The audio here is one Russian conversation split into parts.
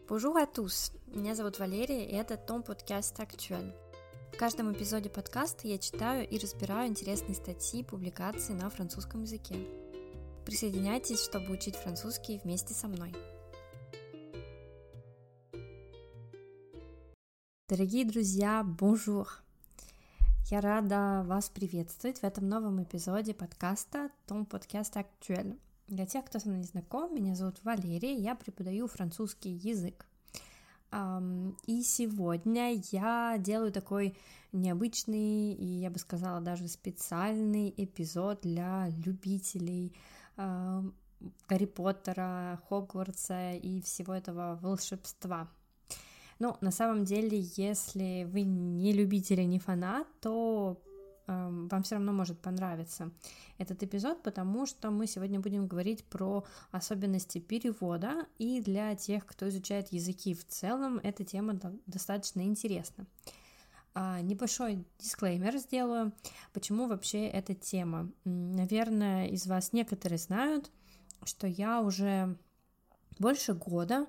Bonjour à tous, меня зовут Валерия, и это Том подкаст «Актуэль». В каждом эпизоде подкаста я читаю и разбираю интересные статьи и публикации на французском языке. Присоединяйтесь, чтобы учить французский вместе со мной. Дорогие друзья, bonjour! Я рада вас приветствовать в этом новом эпизоде подкаста Том подкаст «Актуэль». Для тех, кто со мной не знаком, меня зовут Валерия, я преподаю французский язык. И сегодня я делаю такой необычный и, я бы сказала, даже специальный эпизод для любителей Гарри Поттера, Хогвартса и всего этого волшебства. Но на самом деле, если вы не любитель, не фанат, то вам все равно может понравиться этот эпизод, потому что мы сегодня будем говорить про особенности перевода, и для тех, кто изучает языки в целом, эта тема достаточно интересна. Небольшой дисклеймер сделаю, почему вообще эта тема. Наверное, из вас некоторые знают, что я уже больше года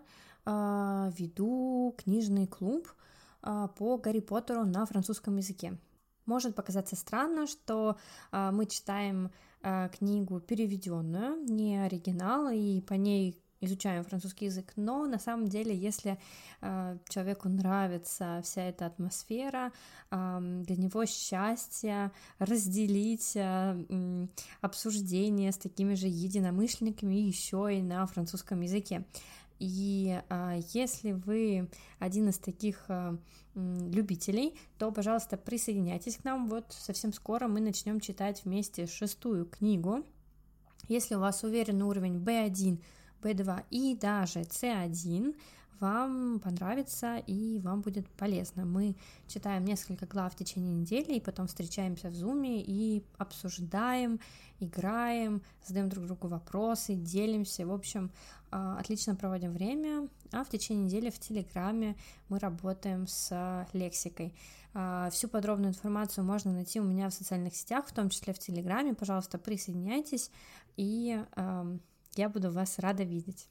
веду книжный клуб по Гарри Поттеру на французском языке. Может показаться странно, что мы читаем книгу переведенную, не оригинал, и по ней изучаем французский язык, но на самом деле, если человеку нравится вся эта атмосфера, для него счастье разделить обсуждение с такими же единомышленниками еще и на французском языке. И если вы один из таких любителей, то, пожалуйста, присоединяйтесь к нам. Вот совсем скоро мы начнем читать вместе 6-ю книгу. Если у вас уверенный уровень B1, B2 и даже C1, вам понравится и вам будет полезно. Мы читаем несколько глав в течение недели, и потом встречаемся в Зуме и обсуждаем, играем, задаем друг другу вопросы, делимся. В общем, отлично проводим время, а в течение недели в Телеграме мы работаем с лексикой. Всю подробную информацию можно найти у меня в социальных сетях, в том числе в Телеграме. Пожалуйста, присоединяйтесь, и я буду вас рада видеть.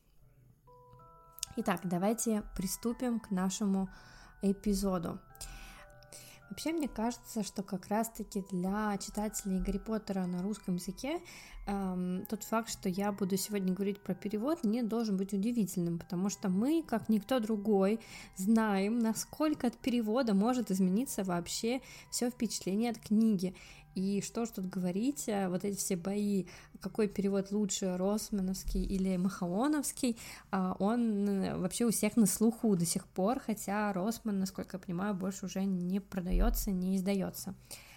Итак, давайте приступим к нашему эпизоду. Вообще, мне кажется, что как раз-таки для читателей Гарри Поттера на русском языке тот факт, что я буду сегодня говорить про перевод, не должен быть удивительным, потому что мы, как никто другой, знаем, насколько от перевода может измениться вообще все впечатление от книги. И что ж тут говорить, вот эти все бои, какой перевод лучше, Росмановский или Махаоновский, он вообще у всех на слуху до сих пор, хотя Росман, насколько я понимаю, больше уже не продается, не издается.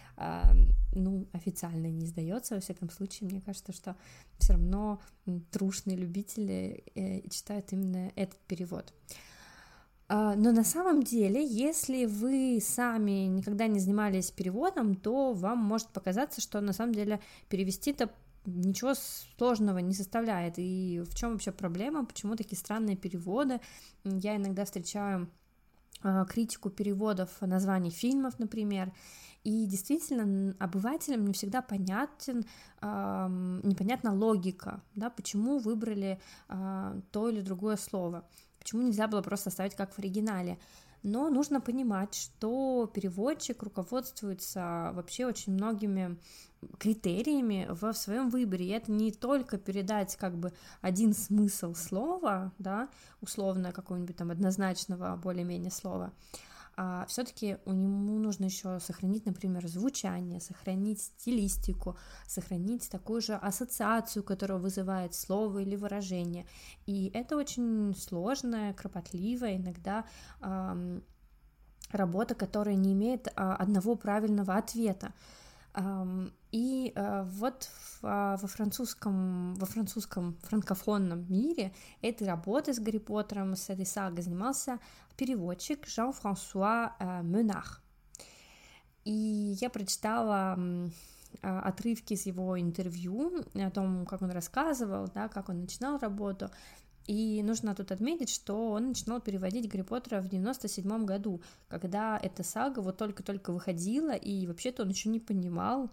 Официально не издается, во всяком случае, мне кажется, что все равно трушные любители читают именно этот перевод. Но на самом деле, если вы сами никогда не занимались переводом, то вам может показаться, что на самом деле перевести-то ничего сложного не составляет. И в чем вообще проблема, почему такие странные переводы? Я иногда встречаю критику переводов названий фильмов, например, и действительно обывателям не всегда непонятна логика, да, почему выбрали то или другое слово. Почему нельзя было просто оставить как в оригинале? Но нужно понимать, что переводчик руководствуется вообще очень многими критериями в своем выборе. И это не только передать как бы один смысл слова, да, условно какого-нибудь там однозначного более-менее слова, а все-таки ему нужно еще сохранить, например, звучание, сохранить стилистику, сохранить такую же ассоциацию, которая вызывает слово или выражение. И это очень сложная, кропотливая иногда работа, которая не имеет одного правильного ответа. И вот во французском франкофонном мире этой работой с Гарри Поттером, с этой сагой занимался переводчик Жан-Франсуа Менах. И я прочитала отрывки из его интервью о том, как он рассказывал, да, как он начинал работу. И нужно тут отметить, что он начинал переводить Гарри Поттера в 97 году, когда эта сага вот только-только выходила, и вообще-то он еще не понимал,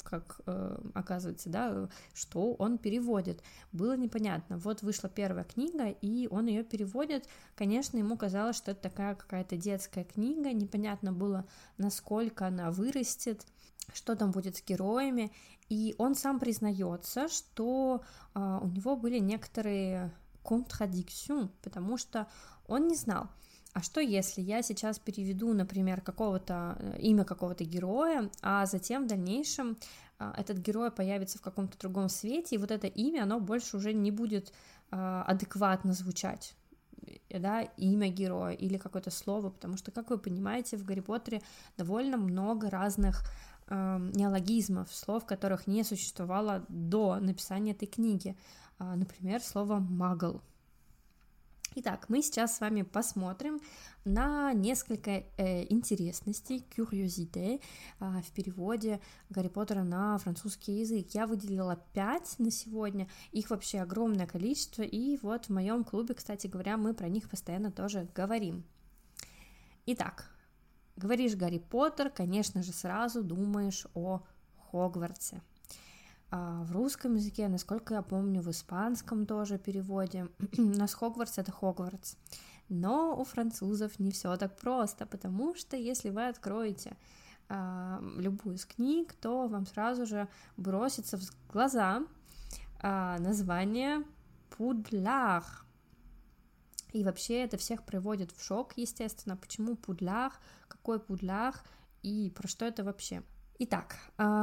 как оказывается, да, что он переводит. Было непонятно. Вот вышла первая книга, и он ее переводит. Конечно, ему казалось, что это такая какая-то детская книга, непонятно было, насколько она вырастет, что там будет с героями, и он сам признается, что у него были некоторые contradictions, потому что он не знал, а что если я сейчас переведу, например, имя какого-то героя, а затем в дальнейшем этот герой появится в каком-то другом свете, и вот это имя, оно больше уже не будет адекватно звучать, да, имя героя или какое-то слово, потому что, как вы понимаете, в Гарри Поттере довольно много разных неологизмов, слов, которых не существовало до написания этой книги, например, слово «магл». Итак, мы сейчас с вами посмотрим на несколько интересностей, curiosité, в переводе Гарри Поттера на французский язык. Я выделила 5 на сегодня, их вообще огромное количество, и вот в моем клубе, кстати говоря, мы про них постоянно тоже говорим. Итак, говоришь Гарри Поттер, конечно же, сразу думаешь о Хогвартсе. В русском языке, насколько я помню, в испанском тоже переводе, у нас Хогвартс — это Хогвартс. Но у французов не все так просто, потому что если вы откроете любую из книг, то вам сразу же бросится в глаза название Пудлар. И вообще это всех приводит в шок, естественно. Почему Пудлар, какой Пудлар и про что это вообще? Итак,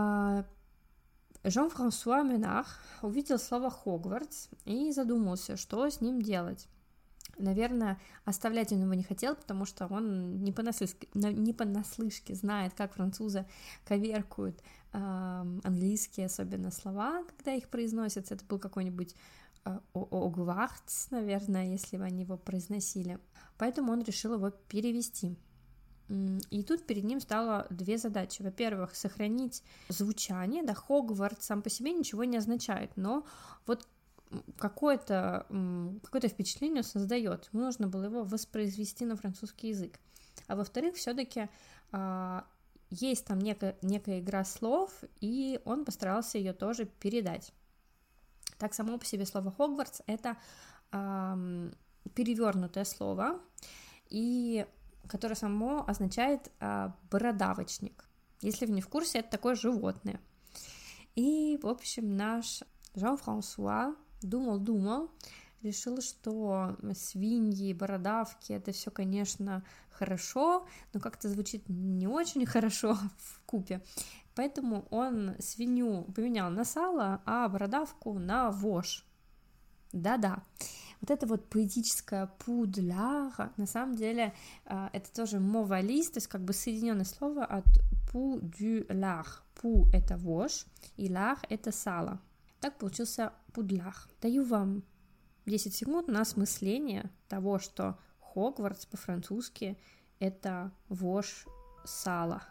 Жан-Франсуа Менар увидел слово «Хогвартс» и задумался, что с ним делать. Наверное, оставлять он его не хотел, потому что он не понаслышке знает, как французы коверкуют английские особенно слова, когда их произносят. Это был какой-нибудь «Огвартс», наверное, если бы они его произносили. Поэтому он решил его перевести. И тут перед ним стало две задачи. Во-первых, сохранить звучание, да, Хогвартс сам по себе ничего не означает, но вот какое-то впечатление создает. Нужно было его воспроизвести на французский язык. А во-вторых, все-таки есть там некая игра слов, и он постарался ее тоже передать. Так, само по себе слово Хогвартс — это перевернутое слово, и которое само означает бородавочник. Если вы не в курсе, это такое животное. И, в общем, наш Жан-Франсуа думал, решил, что свиньи, бородавки — это все, конечно, хорошо, но как-то звучит не очень хорошо в купе. Поэтому он свинью поменял на сало, а бородавку на вошь. Да-да. Вот это вот поэтическое пудляр, на самом деле, это тоже мовалист, то есть как бы соединенное слово от пудюляр. Пу — это вошь, и лар — это сало. Так получился пудляр. Даю вам 10 секунд на осмысление того, что Хогвартс по-французски — это вошь сало.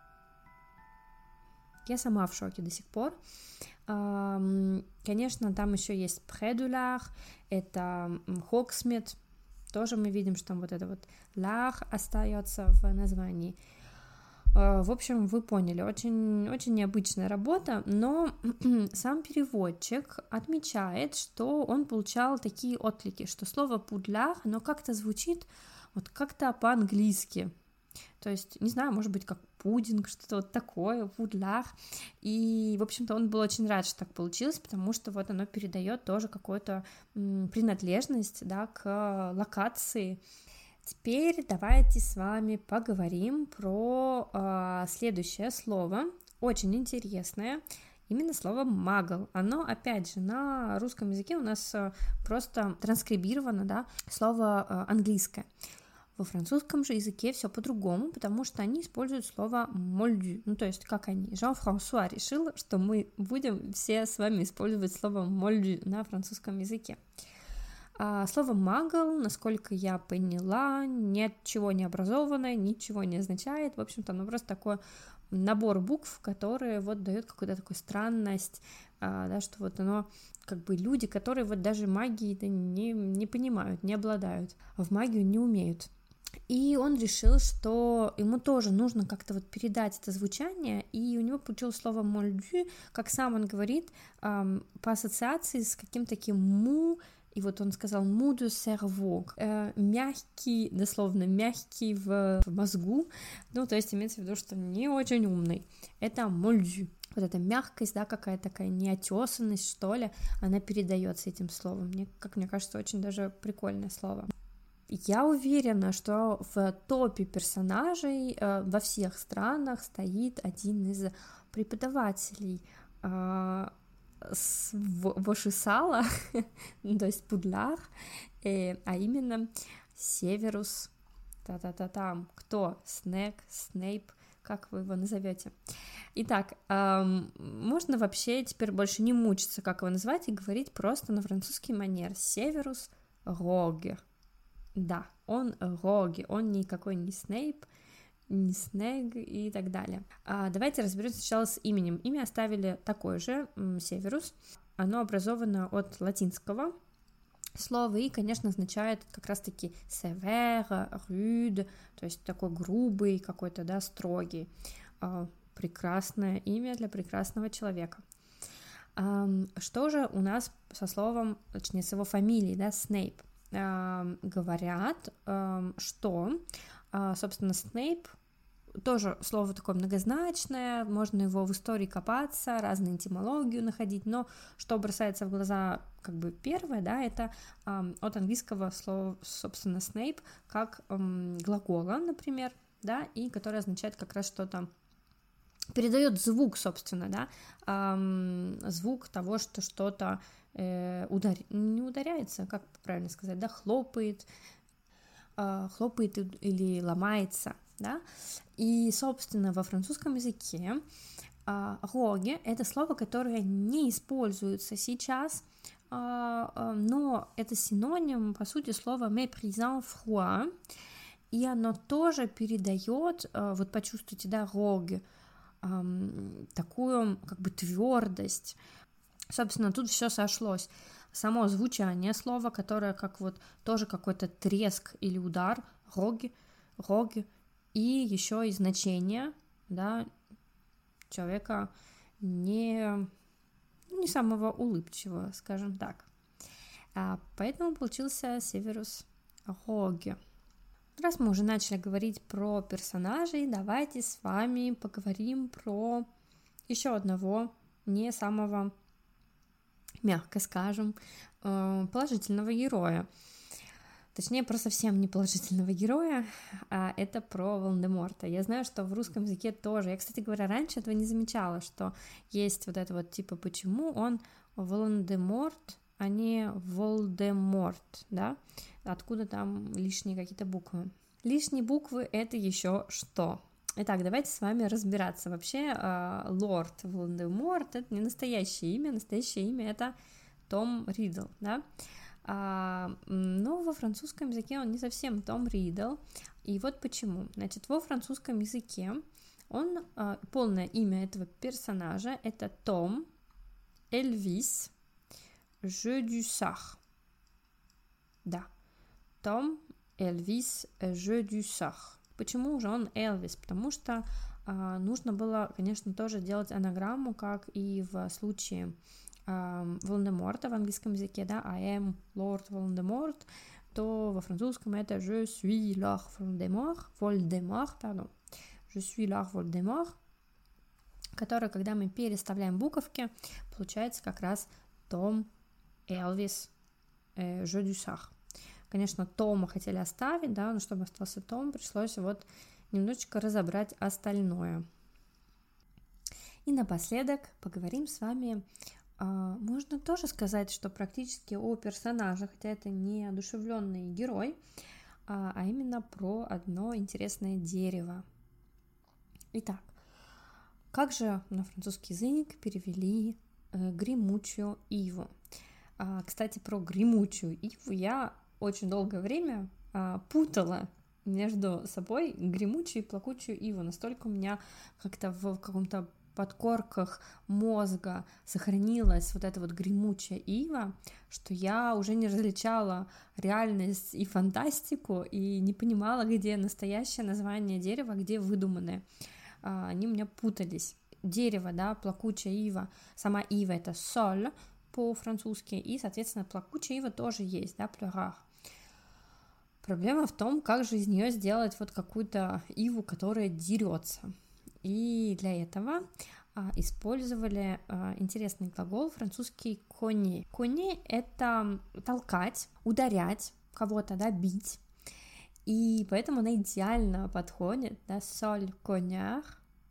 Я сама в шоке до сих пор. Конечно, там еще есть Prédulaire, это Hogsmeade, тоже мы видим, что там вот это вот лар остается в названии. В общем, вы поняли, очень, очень необычная работа, но сам переводчик отмечает, что он получал такие отклики, что слово «пудляр», оно как-то звучит вот как-то по-английски. То есть, не знаю, может быть, как пудинг, что-то вот такое, пудляр. И, в общем-то, он был очень рад, что так получилось, потому что вот оно передает тоже какую-то принадлежность, да, к локации. Теперь давайте с вами поговорим про следующее слово, очень интересное, именно слово «магл». Оно, опять же, на русском языке у нас просто транскрибировано, да, слово английское. Во французском же языке все по-другому, потому что они используют слово «молду», ну то есть как они. Жан-Франсуа решил, что мы будем все с вами использовать слово «молду» на французском языке. Слово «магл», насколько я поняла, ничего не образованное, ничего не означает. В общем-то, оно просто такой набор букв, которые вот дают какую-то такую странность, да, что вот оно как бы люди, которые вот даже магией не понимают, не обладают, в магию не умеют. И он решил, что ему тоже нужно как-то вот передать это звучание, и у него получилось слово «мольдю», как сам он говорит, по ассоциации с каким-то таким «му», и вот он сказал «му de cerveau», мягкий, дословно мягкий в мозгу, ну, то есть имеется в виду, что не очень умный, это «мольдю». Вот эта мягкость, да, какая-то такая неотесанность, что ли, она передается этим словом. Мне кажется, очень даже прикольное слово. Я уверена, что в топе персонажей во всех странах стоит один из преподавателей Вошисала, то есть Пудлар, а именно Северус. Та-та-та-там. Кто? Снейп? Как вы его назовете? Итак, можно вообще теперь больше не мучиться, как его назвать, и говорить просто на французский манер. Северус Роге. Да, он Роги, он никакой не Снейп, не Снег и так далее. Давайте разберемся сначала с именем. Имя оставили такое же, Северус. Оно образовано от латинского слова и, конечно, означает как раз-таки sévère, rude, то есть такой грубый, какой-то, да, строгий. Прекрасное имя для прекрасного человека. Что же у нас со словом, точнее, с его фамилией, да, Снейп? Говорят, что, собственно, Снейп тоже слово такое многозначное, можно его в истории копаться, разную этимологию находить, но что бросается в глаза, как бы первое, да, это от английского слова, собственно, Snape, как глагола, например, да, и который означает как раз что-то, передает звук, собственно, да, звук того, что что-то не ударяется, как правильно сказать, да, хлопает или ломается, да, и, собственно, во французском языке роги — это слово, которое не используется сейчас, но это синоним, по сути, слова méprisant froid, и оно тоже передает, вот почувствуйте, да, роги, такую, как бы, твердость. Собственно, тут все сошлось. Само звучание слова, которое как вот тоже какой-то треск или удар, роги, и еще и значение, да, человека не самого улыбчивого, скажем так. Поэтому получился Северус Роги. Раз мы уже начали говорить про персонажей, давайте с вами поговорим про еще одного не самого, мягко скажем, положительного героя. Точнее, про совсем не положительного героя, а это про Волан-де-Морта. Я знаю, что в русском языке тоже. Я, кстати говоря, раньше этого не замечала, что есть вот это вот типа, почему он Волан-де-Морт, а не Волдеморт, да? Откуда там лишние какие-то буквы? Лишние буквы — это еще что? Итак, давайте с вами разбираться. Вообще, лорд Волан-де-Морт — это не настоящее имя это Том Ридл, да? Но во французском языке он не совсем Том Ридл, и вот почему. Значит, во французском языке полное имя этого персонажа — это Том Элвис Жедюсар. Да, Том Элвис Жедюсар. Почему же он Элвис? Потому что нужно было, конечно, тоже делать анаграмму, как и в случае Волан-де-Морта в английском языке, да, I am Lord Волан-де-Морт, то во французском это Je suis Lord Волан-де-Морт, пардон, Je suis Lord Волан-де-Морт, который, когда мы переставляем буковки, получается как раз Том Элвис Жедюсар. Конечно, Тома хотели оставить, да, но чтобы остался Том, пришлось вот немножечко разобрать остальное. И напоследок поговорим с вами. Можно тоже сказать, что практически о персонажах, хотя это не одушевленный герой, а именно про одно интересное дерево. Итак, как же на французский язык перевели гремучую иву? Кстати, про гремучую иву я очень долгое время путала между собой гремучую и плакучую иву. Настолько у меня как-то в каком-то подкорках мозга сохранилась вот эта вот гремучая ива, что я уже не различала реальность и фантастику, и не понимала, где настоящее название дерева, где выдуманное. Они у меня путались. Дерево, да, плакучая ива, сама ива — это соль по-французски, и, соответственно, плакучая ива тоже есть, да, pleureur. Проблема в том, как же из нее сделать вот какую-то иву, которая дерется. И для этого использовали интересный глагол французский «cogner». «Cogner» — это толкать, ударять кого-то, да, бить. И поэтому она идеально подходит, да, «sol cogner»,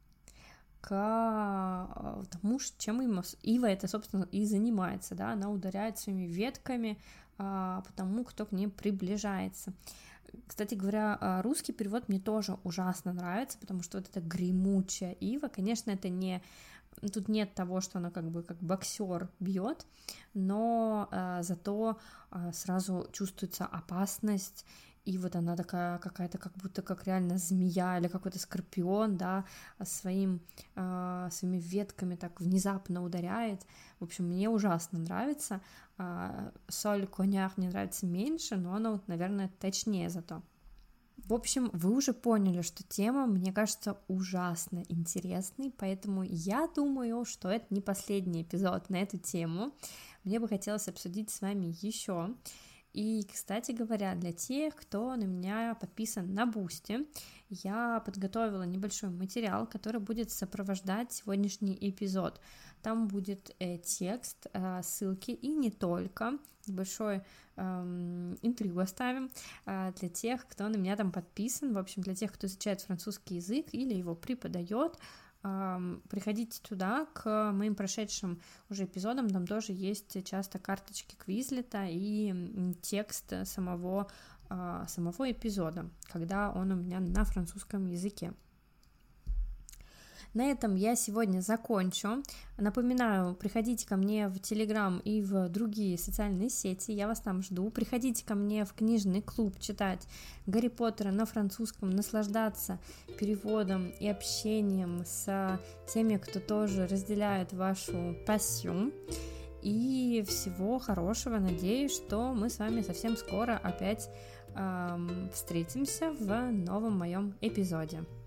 к тому, чем ива это, собственно, и занимается, да, она ударяет своими ветками по тому, кто к ней приближается. Кстати говоря, русский перевод мне тоже ужасно нравится, потому что вот эта гремучая ива, конечно, это не... Тут нет того, что она как бы как боксер бьет, но зато сразу чувствуется опасность, и вот она такая какая-то, как будто как реально змея или какой-то скорпион, да, своими ветками так внезапно ударяет. В общем, мне ужасно нравится. «Соль cogner» мне нравится меньше, но она, вот, наверное, точнее зато. В общем, вы уже поняли, что тема, мне кажется, ужасно интересной, поэтому я думаю, что это не последний эпизод на эту тему. Мне бы хотелось обсудить с вами еще. И, кстати говоря, для тех, кто на меня подписан на Boosty, я подготовила небольшой материал, который будет сопровождать сегодняшний эпизод. Там будет текст, ссылки и не только. Небольшой интригу оставим для тех, кто на меня там подписан. В общем, для тех, кто изучает французский язык или его преподает. Приходите туда к моим прошедшим уже эпизодам, там тоже есть часто карточки Quizlet и текст самого эпизода, когда он у меня на французском языке. На этом я сегодня закончу. Напоминаю, приходите ко мне в Telegram и в другие социальные сети, я вас там жду. Приходите ко мне в книжный клуб читать Гарри Поттера на французском, наслаждаться переводом и общением с теми, кто тоже разделяет вашу пассию. И всего хорошего. Надеюсь, что мы с вами совсем скоро опять встретимся в новом моем эпизоде.